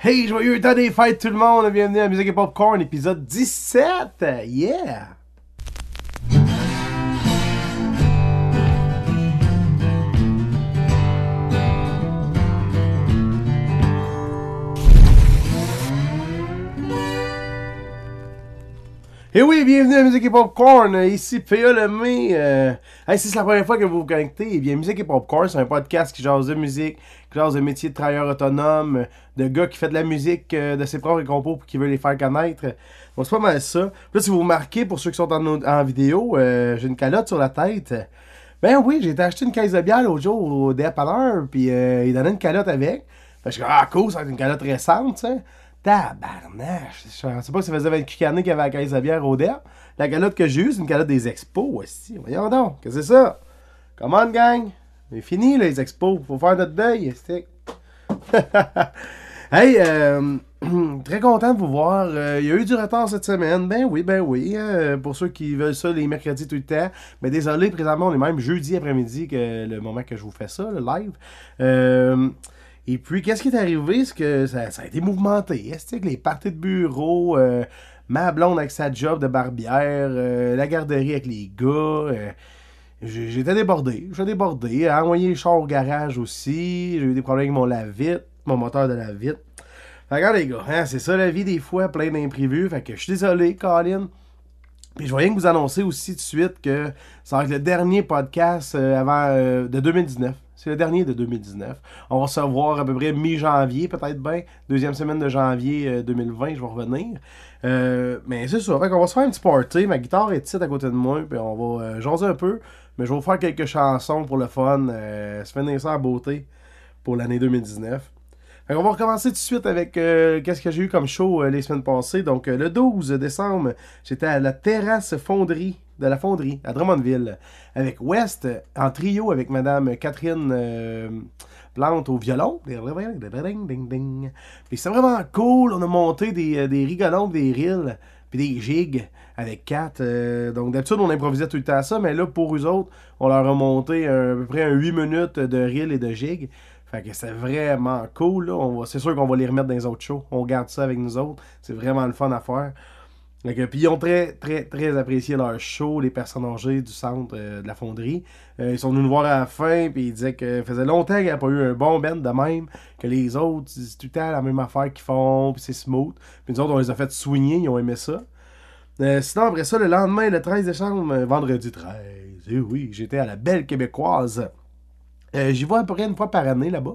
Hey, joyeux temps des fêtes tout le monde, bienvenue à Musique et Popcorn, épisode 17, yeah! Et oui, bienvenue à Musique et Popcorn, ici P.A. Lemay. Hey, si c'est la première fois que vous vous connectez, eh bien Musique et Popcorn, c'est un podcast qui jase de musique, qui jase de métier de travailleur autonome, de gars qui fait de la musique, de ses propres compos pour qui veut les faire connaître. Bon, c'est pas mal ça. Puis là, si vous remarquez, pour ceux qui sont en vidéo, j'ai une calotte sur la tête. Ben oui, j'ai été acheter une caisse de bière l'autre jour au dépanneur, puis il donnait une calotte avec. Fait que je suis comme, ah cool, ça va être une calotte récente, tu sais. Tabarnache. Je sais pas que ça faisait 28 années qu'il y avait la caisse de bière au DEP. La calotte que j'ai eue, c'est une calotte des expos aussi. Voyons donc, qu'est-ce que c'est ça? Come on, gang. C'est fini, les expos. Faut faire notre deuil, stick. Hey, très content de vous voir. Il y a eu du retard cette semaine. Ben oui. Pour ceux qui veulent ça les mercredis tout le temps. Mais désolé, présentement, on est même jeudi après-midi que le moment que je vous fais ça, le live. Et puis, qu'est-ce qui est arrivé? C'est que ça a été mouvementé. C'est que les parties de bureau, ma blonde avec sa job de barbière, la garderie avec les gars. J'étais débordé. J'étais débordé. Envoyé le char au garage aussi. J'ai eu des problèmes avec mon lave-vite, mon moteur de lave-vite. Fait que, regarde les gars, hein, c'est ça la vie des fois, plein d'imprévus. Fait que je suis désolé, Colin. Puis je voyais que vous annoncer aussi tout de suite que ça va être le dernier podcast de 2019. C'est le dernier de 2019. On va se revoir à peu près mi-janvier, peut-être bien. Deuxième semaine de janvier 2020, je vais revenir. Mais c'est ça. Fait qu'on va se faire un petit party. Ma guitare est ici à côté de moi. Puis on va jaser un peu. Mais je vais vous faire quelques chansons pour le fun. Se finir ça en beauté pour l'année 2019. Fait qu'on va recommencer tout de suite avec qu'est-ce que j'ai eu comme show les semaines passées. Donc, le 12 décembre, j'étais à la terrasse fonderie de la fonderie à Drummondville avec West en trio avec Madame Catherine Plante au violon. Puis c'est vraiment cool. On a monté des rigolons, des reels, puis des gigs avec Kat. Donc, d'habitude, on improvisait tout le temps ça, mais là, pour eux autres, on leur a monté à peu près 8 minutes de reels et de gigs. Fait que c'est vraiment cool. Là. C'est sûr qu'on va les remettre dans les autres shows. On garde ça avec nous autres. C'est vraiment le fun à faire. Puis ils ont très, très, très apprécié leur show, les personnes âgées du centre de la fonderie. Ils sont venus nous voir à la fin, puis ils disaient que ça faisait longtemps qu'il n'y a pas eu un bon band de même, que les autres, c'est tout le temps la même affaire qu'ils font, puis c'est smooth. Puis nous autres, on les a fait swinger, ils ont aimé ça. Sinon, après ça, le lendemain, le 13 décembre, vendredi 13, et oui, j'étais à la Belle Québécoise. J'y vais à peu près une fois par année là-bas.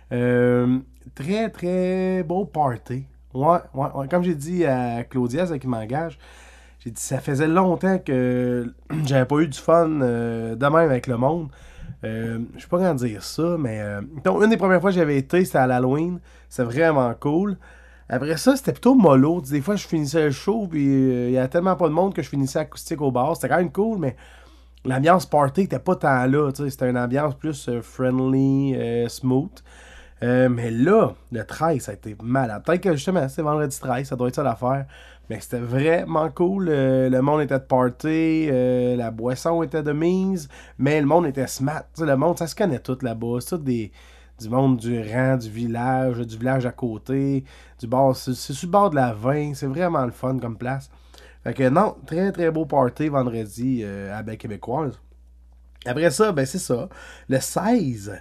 Très, très beau party. Ouais. Comme j'ai dit à Claudia, celle qui m'engage, j'ai dit ça faisait longtemps que j'avais pas eu du fun de même avec le monde. Je sais pas comment dire ça, mais donc, une des premières fois que j'avais été, c'était à l'Halloween. C'était vraiment cool. Après ça, c'était plutôt mollo. Des fois, je finissais le show, puis il y a tellement pas de monde que je finissais acoustique au bar. C'était quand même cool, mais l'ambiance party était pas tant là. C'était une ambiance plus friendly, smooth. Mais là, le 13, ça a été malade. Peut-être que justement, c'est vendredi 13, ça doit être ça l'affaire. Mais c'était vraiment cool. Le monde était de party, la boisson était de mise, mais le monde était smart. Le monde, ça se connaît tout là-bas. C'est tout du monde du rang, du village à côté, du bar. C'est sur le bord de la 20. C'est vraiment le fun comme place. Fait que non, très très beau party vendredi à la Belle Québécoise. Après ça, ben c'est ça. Le 16,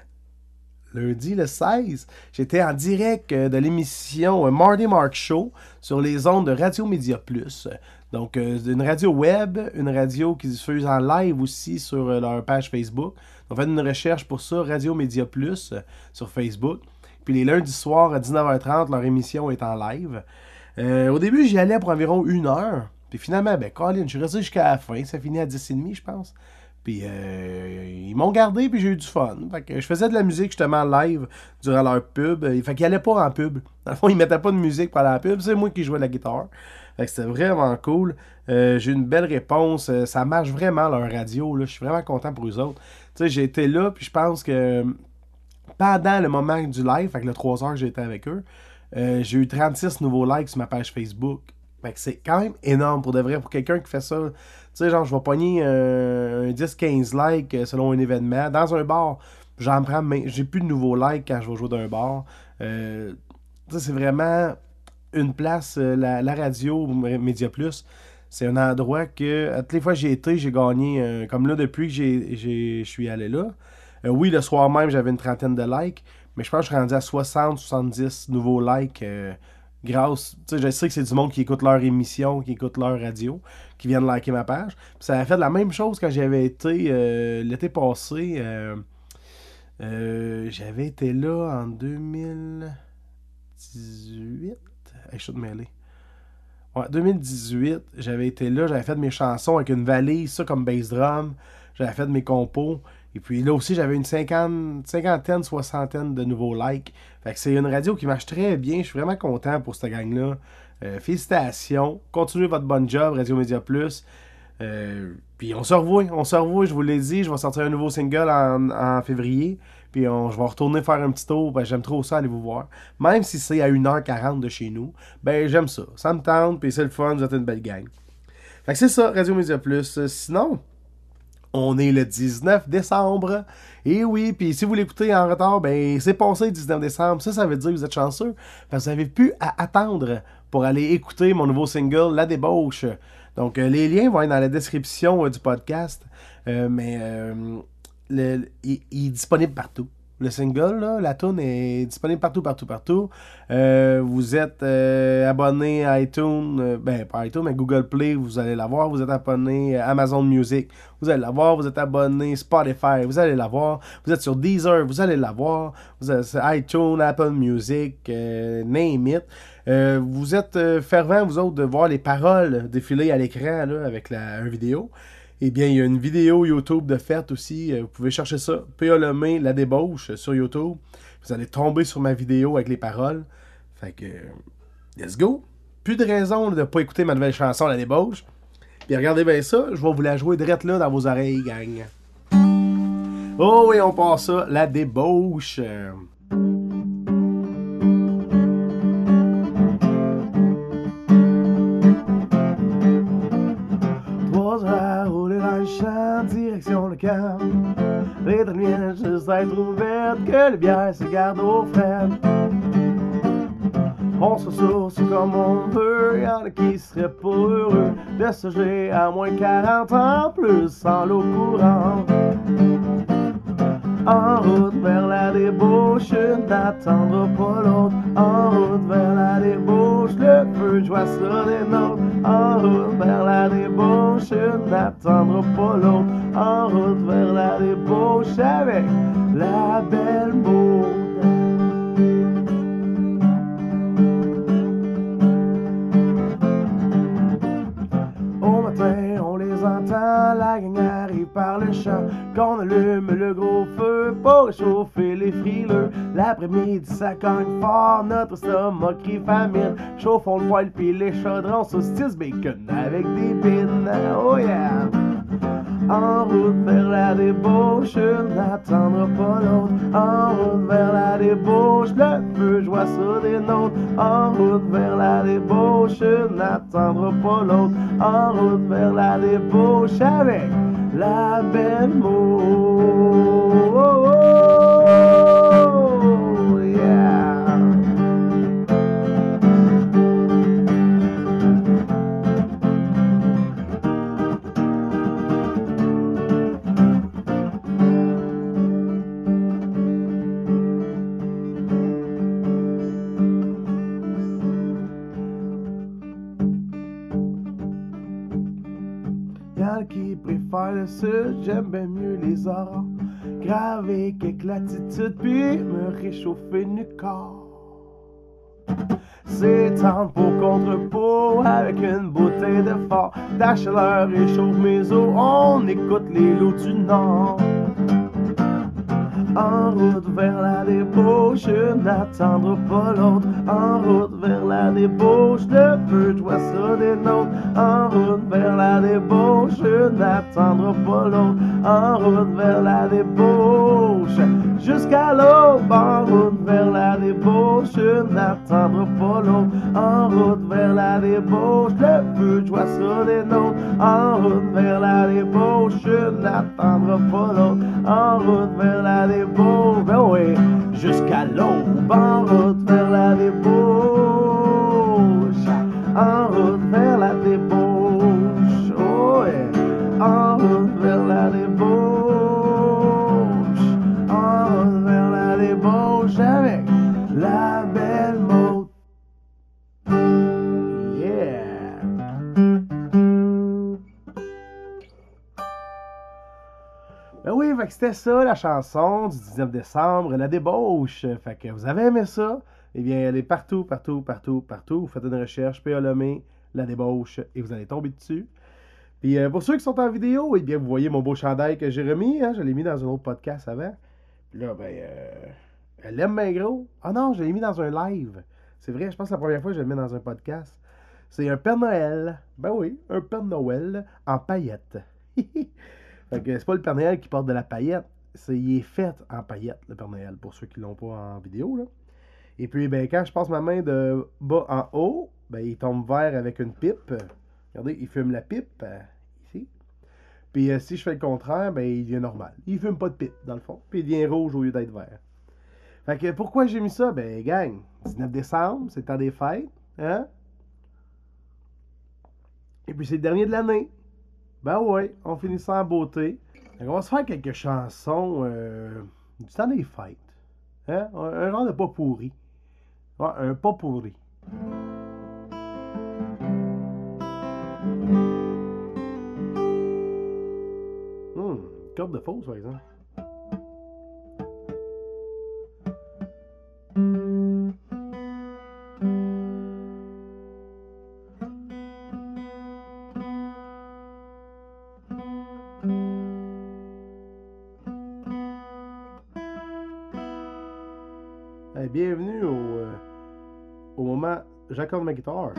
lundi le 16, j'étais en direct de l'émission Marty Mark Show sur les ondes de Radio Média Plus. Donc, une radio web, une radio qui diffuse en live aussi sur leur page Facebook. On fait une recherche pour ça, Radio Média Plus sur Facebook. Puis les lundis soirs à 19h30, leur émission est en live. Au début, j'y allais pour environ 1 heure. Puis finalement, ben, Colin, je suis resté jusqu'à la fin. Ça finit à 10h30, je pense. Puis ils m'ont gardé, puis j'ai eu du fun. Fait que je faisais de la musique justement live durant leur pub. Fait qu'ils allaient pas en pub. Dans le fond, ils mettaient pas de musique pendant la pub. C'est moi qui jouais de la guitare. Fait que c'était vraiment cool. J'ai eu une belle réponse. Ça marche vraiment leur radio. Là. Je suis vraiment content pour eux autres. Tu sais, j'ai été là, puis je pense que pendant le moment du live, fait que le 3 heures que j'ai été avec eux, j'ai eu 36 nouveaux likes sur ma page Facebook. Fait que c'est quand même énorme pour de vrai, pour quelqu'un qui fait ça. Tu sais, genre, je vais pogner un 10-15 likes selon un événement. Dans un bar, j'en prends, mais j'ai plus de nouveaux likes quand je vais jouer dans un bar. Tu sais, c'est vraiment une place, la radio Média Plus. C'est un endroit que, à toutes les fois que j'ai été, j'ai gagné, comme là, depuis que je suis allé là. Oui, le soir même, j'avais une trentaine de likes, mais je pense que je suis rendu à 60-70 nouveaux likes grâce. Tu sais, je sais que c'est du monde qui écoute leur émission, qui écoute leur radio, qui viennent liker ma page. Puis ça a fait la même chose quand j'avais été l'été passé. J'avais été là en 2018. Je suis de mêler. Ouais, 2018, j'avais été là, j'avais fait mes chansons avec une valise, ça comme bass drum. J'avais fait mes compos. Et puis là aussi, j'avais une cinquantaine, soixantaine de nouveaux likes. Fait que c'est une radio qui marche très bien. Je suis vraiment content pour cette gang-là. Félicitations. Continuez votre bon job, Radio Média Plus. Puis on se revoit, je vous l'ai dit. Je vais sortir un nouveau single en février. Puis je vais retourner faire un petit tour. Ben, j'aime trop ça, aller vous voir. Même si c'est à 1h40 de chez nous, ben j'aime ça. Ça me tente, puis c'est le fun, vous êtes une belle gang. Fait que c'est ça, Radio Média Plus. Sinon, on est le 19 décembre. Et oui, puis si vous l'écoutez en retard, ben c'est passé le 19 décembre. Ça veut dire que vous êtes chanceux. Parce que vous n'avez plus à attendre pour aller écouter mon nouveau single, La Débauche. Donc, les liens vont être dans la description du podcast. Il est disponible partout. Le single, là, la tune est disponible partout. Vous êtes abonné à iTunes, pas iTunes, mais Google Play, vous allez l'avoir. Vous êtes abonné à Amazon Music, vous allez l'avoir. Vous êtes abonné Spotify, vous allez l'avoir. Vous êtes sur Deezer, vous allez l'avoir. Vous êtes sur iTunes, Apple Music, name it. Vous êtes fervent, vous autres, de voir les paroles défiler à l'écran là, avec une vidéo. Eh bien, il y a une vidéo YouTube de fête aussi. Vous pouvez chercher ça. P.A. Lemay, La Débauche sur YouTube. Vous allez tomber sur ma vidéo avec les paroles. Fait que, let's go. Plus de raison de ne pas écouter ma nouvelle chanson, La Débauche. Puis regardez bien ça. Je vais vous la jouer direct là dans vos oreilles, gang. Oh oui, on passe ça. La Débauche. Direction le camp. Les trains viennent juste d'être ouvertes, que les bières se gardent au frais. On se ressource comme on veut, y'en a qui seraient pas heureux de se geler à moins 40 ans, plus sans l'eau courante. En route vers la débauche, n'attendra pas l'autre. En route vers la débauche, le feu de joie sera des nôtres. En route vers la débauche, n'attendra pas l'autre. En route vers la débauche avec la belle Maud. Au matin, on les entend, la gang arrive par le champ. Qu'on allume le gros feu pour réchauffer les frileux. L'après-midi, ça cogne fort, notre estomac crie famine. Chauffons le poêle pis les chaudrons, saucisses bacon avec des pines. Oh yeah! En route vers la débauche, n'attendra pas l'autre. En route vers la débauche, le feu joie sur des nôtres. En route vers la débauche, n'attendra pas l'autre. En route vers la débauche avec la belle Maud. Oh, oh, oh, yeah. Y'en qui préfèrent le sud, j'aime bien mieux les aurores. Graver quelques latitudes, puis me réchauffer nu corps. C'est temps pour contre-peau avec une bouteille de fort. Ta chaleur réchauffe mes os, on écoute les loups du Nord. En route vers la débauche, n'attendra pas l'autre. En route vers la débauche, le feu de joie sera des nôtres. En route vers la débauche, n'attendra pas l'autre. En route vers la débauche, jusqu'à l'aube. En route vers la débauche, n'attendra pas l'autre. En route vers la débauche, le feu de joie sera des nôtres. En route vers la débauche, n'attendra pas l'autre. En route vers la débauche, ben oui, jusqu'à l'aube. En route vers la débauche. fait que c'était ça la chanson du 19 décembre, La débauche. Fait que vous avez aimé ça? Eh bien, elle est partout, partout, partout, partout. Vous faites une recherche, P.A. Lemay, La débauche, et vous allez tomber dessus. Puis pour ceux qui sont en vidéo, eh bien, vous voyez mon beau chandail que j'ai remis. Hein? Je l'ai mis dans un autre podcast avant. Puis là, ben, elle l'aime bien gros. Ah non, je l'ai mis dans un live. C'est vrai, je pense que la première fois que je le mets dans un podcast. C'est un Père Noël. Ben oui, un Père Noël en paillettes. Fait que c'est pas le Père Noël qui porte de la paillette. Il est fait en paillettes, le Père Noël, pour ceux qui l'ont pas en vidéo. Là. Et puis, ben, quand je passe ma main de bas en haut, ben, il tombe vert avec une pipe. Regardez, il fume la pipe, ici. Puis si je fais le contraire, ben, il devient normal. Il fume pas de pipe, dans le fond. Puis il devient rouge au lieu d'être vert. Fait que pourquoi j'ai mis ça? Ben, gang, 19 décembre, c'est le temps des fêtes. Hein? Et puis c'est le dernier de l'année. Ben ouais, on finit ça en beauté. Donc on va se faire quelques chansons du temps des fêtes. Hein? Un genre de pas pourri. Ouais, un pas pourri. Corde de fausse, par exemple. Hey, bienvenue au moment j'accorde ma guitare.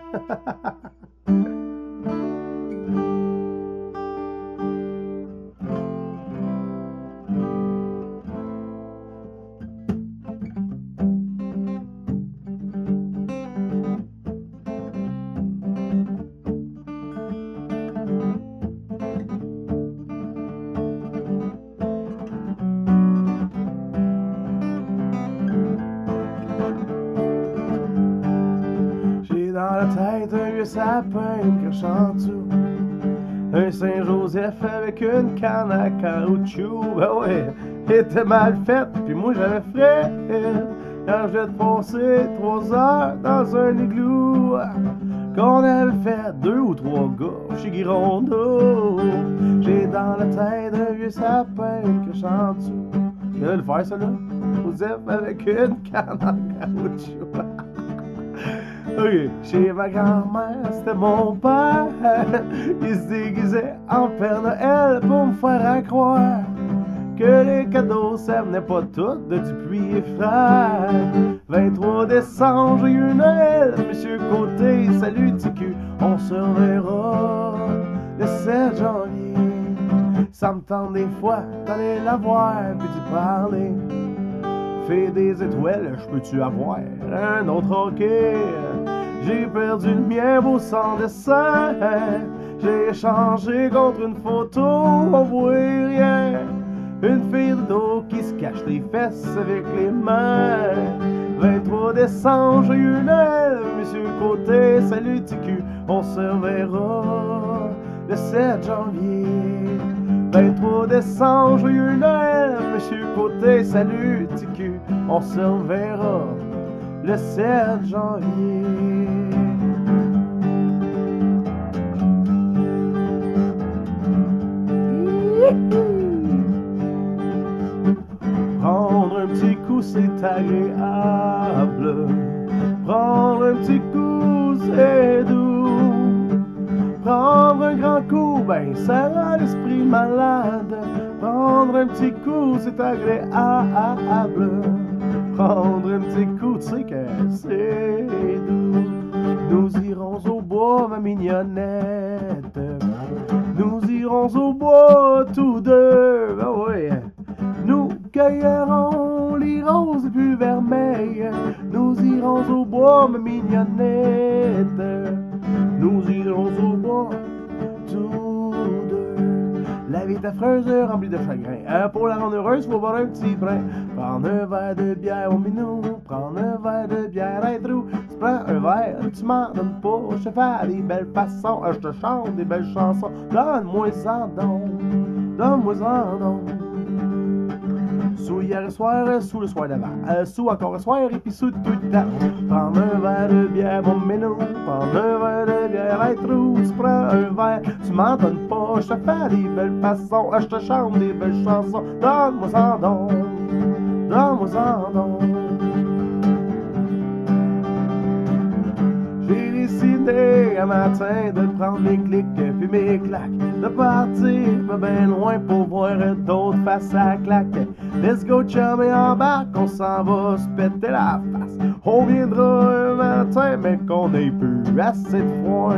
Tête, un vieux sapin, une cruche en dessous. Un Saint-Joseph avec une canne à caoutchouc. Ben ouais, était mal faite, puis moi j'avais frais. Quand j'ai passé 3 heures dans un igloo, qu'on avait fait 2 ou 3 gars chez Girondeau. J'ai dans la tête un vieux sapin, une cruche en dessous. Je vais le faire ça là. Joseph avec une canne à caoutchouc. Ok, chez ma grand-mère, c'était mon père. Il se déguisait en Père Noël pour me faire croire que les cadeaux, ça venait pas tout de Dupuis et frère. 23 décembre, joyeux Noël, Monsieur Côté, salut TQ, on se reverra le 7 janvier. Ça me tente des fois d'aller la voir puis d'y parler. Fais des étoiles, je peux-tu avoir un autre hockey? J'ai perdu le mien au sans dessin. J'ai échangé contre une photo, on voit rien. Une fille de dos qui se cache les fesses avec les mains. 23 décembre, joyeux Noël, Monsieur Côté, salut TQ, on se reverra le 7 janvier. 23 décembre, joyeux Noël, Monsieur Côté, salut TQ, on se reverra le 7 janvier. Prendre un petit coup, c'est agréable. Prendre un petit coup, c'est doux. Prendre un grand coup, ben ça rend l'esprit malade. Prendre un petit coup, c'est agréable. Prendre un petit coup, tu sais que c'est doux. Nous irons au bois, ma mignonnette. Nous irons au bois tous deux. Ben oui. Nous cueillerons les roses les plus vermeilles. Nous irons au bois, ma mignonnette. Nous irons au bois tous deux. La vie ta fraise remplie de chagrin. Pour la rendre heureuse, faut boire un petit brin. Prendre un verre de bière au minou. Prendre un verre de bière à trou. Tu prends un verre, tu m'en donnes pas. Je te fais des belles façons. Je te chante des belles chansons. Donne-moi ça donc. Donne-moi ça donc. Sous hier soir, sous le soir d'avant, sous encore un soir et puis sous tout le temps. Prendre un verre de bière, mon minou, prendre un verre de bière, être où tu prends un verre, tu m'en donnes pas, je te fais des belles façons, je te chante des belles chansons, donne-moi en don, donne-moi en don. J'ai décidé un matin de prendre mes clics puis mes claques, de partir ben loin pour voir d'autres faces à claque. Let's go chum et embarque, on s'en va se péter la face. On viendra un matin mais qu'on ait plus assez de foin.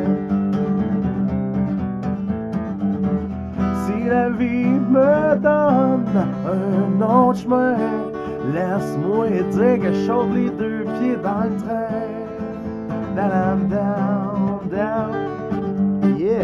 Si la vie me donne un autre chemin, laisse-moi dire que je saute les deux pieds dans le train. Down, down, down, yeah.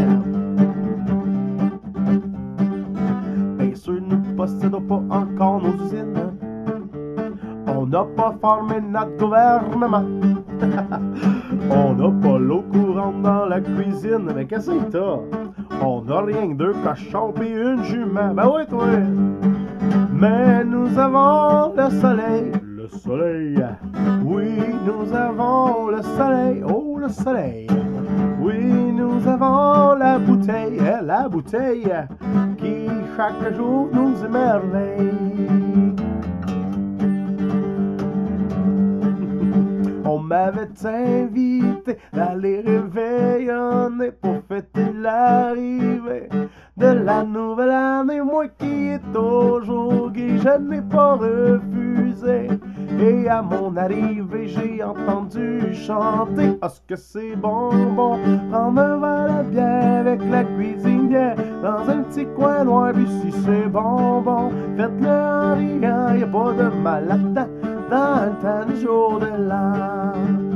Bien sûr, nous possédons pas encore nos usines. On n'a pas formé notre gouvernement. On n'a pas l'eau courante dans la cuisine. Mais qu'est-ce que t'as? On n'a rien que 2 cochons et une jument. Ben oui, toi. Mais nous avons le soleil. Le soleil. Oui, nous avons le soleil. Oh, le soleil. Oui, nous avons la bouteille qui chaque jour nous émerveille. On m'avait invité d'aller réveillonner pour fêter l'arrivée de la nouvelle année. Moi qui est toujours gay, je n'ai pas refusé. Et à mon arrivée, j'ai entendu chanter. Est-ce que c'est bon, prendre un verre de bière avec la cuisinière dans un petit coin noir. Puis si c'est bon, faites-le en riant, y'a pas de mal là-dedans. Dans le temps du jour de l'an.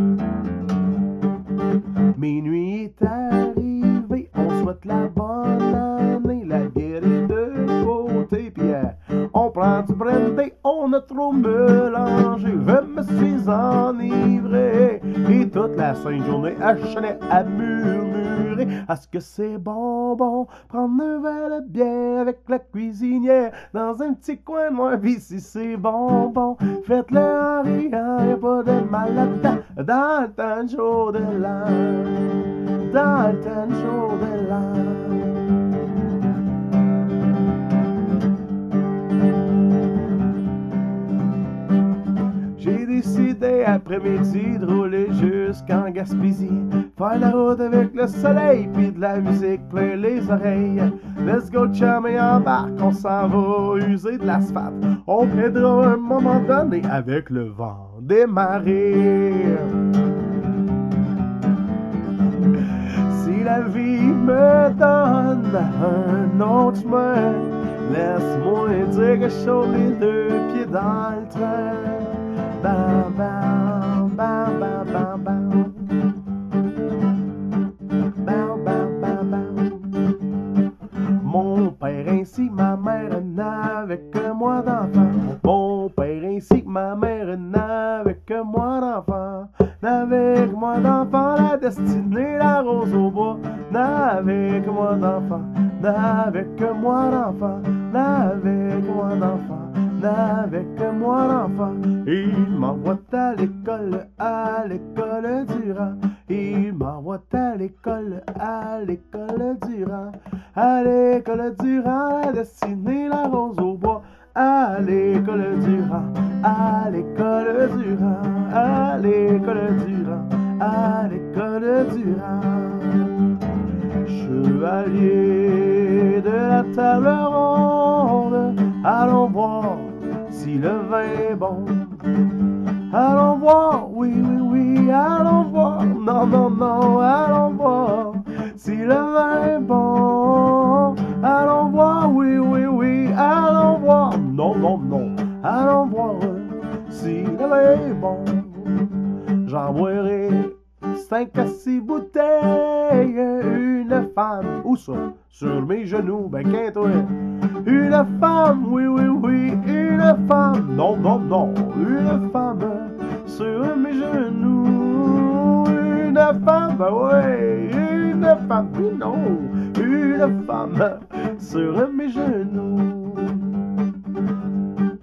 Minuit est arrivé, on souhaite la bonne année, la bière est de côté, puis on prend du brandy, on a trop mélangé, je me suis enivré, et toute la sainte journée à chanter, à murmurer, est-ce que c'est bon, prendre un verre de bière avec la cuisinière, dans un petit coin noir, puis si c'est bon, faites-le en riant, y'a pas de mal là-dedans, dans le temps du jour de l'an, dans le temps du jour de l'an. J'ai décidé après-midi de rouler jusqu'en Gaspésie, faire la route avec le soleil puis de la musique plein les oreilles. Let's go chum et embarque, on s'en va user de l'asphalte. On viendra un moment donné avec le vent des marées. Si la vie me donne un autre chemin, laisse-moi dire que je saute les 2 pieds dans le train. Bam, bam, bam, bam, bam, bam. Bam, bam, bam, bam. Mon père ainsi que ma mère n'avaient que moi d'enfant. Mon père ainsi que ma mère n'avaient que moi d'enfant. N'avait que moi d'enfant, la destinée, la rose au bois. N'avait que moi d'enfant, n'avait que moi d'enfant, n'avait que moi d'enfant. N'avait que moi l'enfant. Il m'envoie à l'école Durand. Il m'envoie à l'école Durand. À l'école Durand, la destinée, la rose au bois. À l'école Durand, à l'école Durand, à l'école Durand, à l'école Durand. Chevalier de la table ronde, allons voir si le vin est bon. Allons voir, oui, allons voir, non, allons voir si le vin est bon. Allons voir, oui, allons voir, non, allons voir si le vin est bon. J'en boirai 5 à 6 bouteilles, une femme, où ça? Sur mes genoux, ben qu'un-toi. Une femme, oui, une femme, non, une femme, sur mes genoux. Une femme, ben ouais, une femme, oui, non, une femme, sur mes genoux.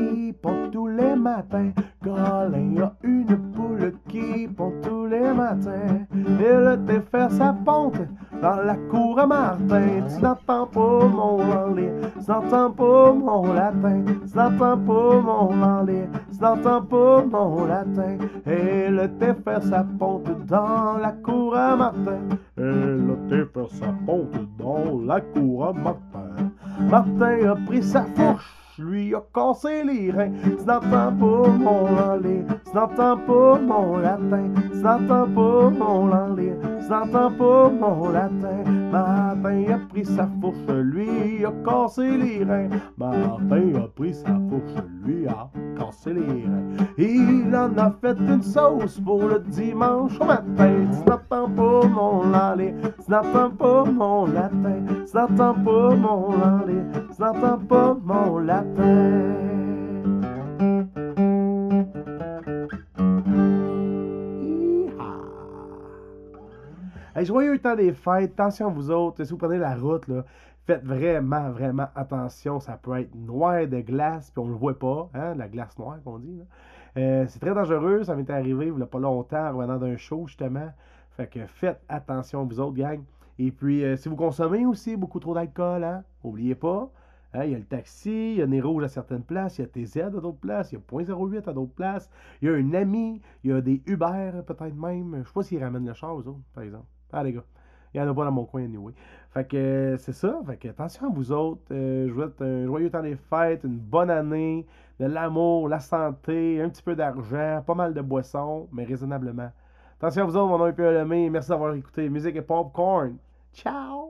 qui pond tous les matins. Colin a une poule qui pond tous les matins. Il te fait sa ponte dans la cour à Martin. Tu n'entends pas mon lanlé, tu n'entends pas mon latin, tu n'entends pas mon lanlé, tu n'entends pas mon latin. Il te fait sa ponte dans la cour à Martin. Il te fait sa ponte dans la cour à Martin. Martin a pris sa fourche, lui a cassé les reins. Tu n'entends pas mon lanlé, tu n'entends pas mon latin, tu n'entends pas mon lanlé, tu n'entends pas mon latin. Martin a pris sa fourche, lui a cassé les reins. Martin a pris sa fourche, lui a cassé les reins. Il en a fait une sauce pour le dimanche au matin. Tu n'entends pas mon lanlé, tu n'entends pas mon latin, tu n'entends pas mon lanlé, tu n'entends pas mon latin. Hey, joyeux temps des fêtes, attention vous autres, si vous prenez la route, là, faites vraiment, vraiment attention, ça peut être noir de glace, puis on le voit pas, hein, la glace noire qu'on dit. C'est très dangereux, ça m'est arrivé il n'y a pas longtemps, en revenant d'un show justement, fait que faites attention vous autres, gang. Et puis, si vous consommez aussi beaucoup trop d'alcool, hein, n'oubliez pas, hein, il y a le taxi, il y a Nez Rouge à certaines places, il y a TZ à d'autres places, il y a .08 à d'autres places, il y a un ami, il y a des Uber peut-être même, je sais pas s'ils ramènent le char aux autres, par exemple. Ah les gars, il n'y en a pas dans mon coin anyway. Fait que c'est ça, fait que attention à vous autres, je vous souhaite un joyeux temps des fêtes, une bonne année, de l'amour, la santé, un petit peu d'argent, pas mal de boissons, mais raisonnablement. Attention à vous autres, mon nom est Pierre Lemay, merci d'avoir écouté Musique et Popcorn. Ciao!